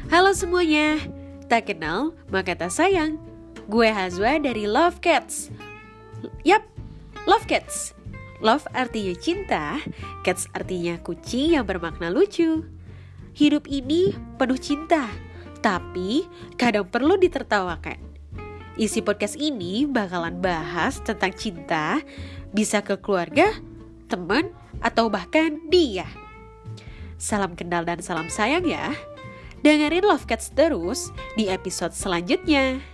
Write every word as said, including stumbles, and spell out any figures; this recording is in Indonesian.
Halo semuanya, tak kenal maka tak sayang. Gue Hazwa dari Love Cats. Yap, Love Cats. Love artinya cinta, cats artinya kucing yang bermakna lucu. Hidup ini penuh cinta, tapi kadang perlu ditertawakan. Isi podcast ini bakalan bahas tentang cinta, bisa ke keluarga, teman, atau bahkan dia. Salam kenal dan salam sayang ya. Dengerin Love Cats terus di episode selanjutnya.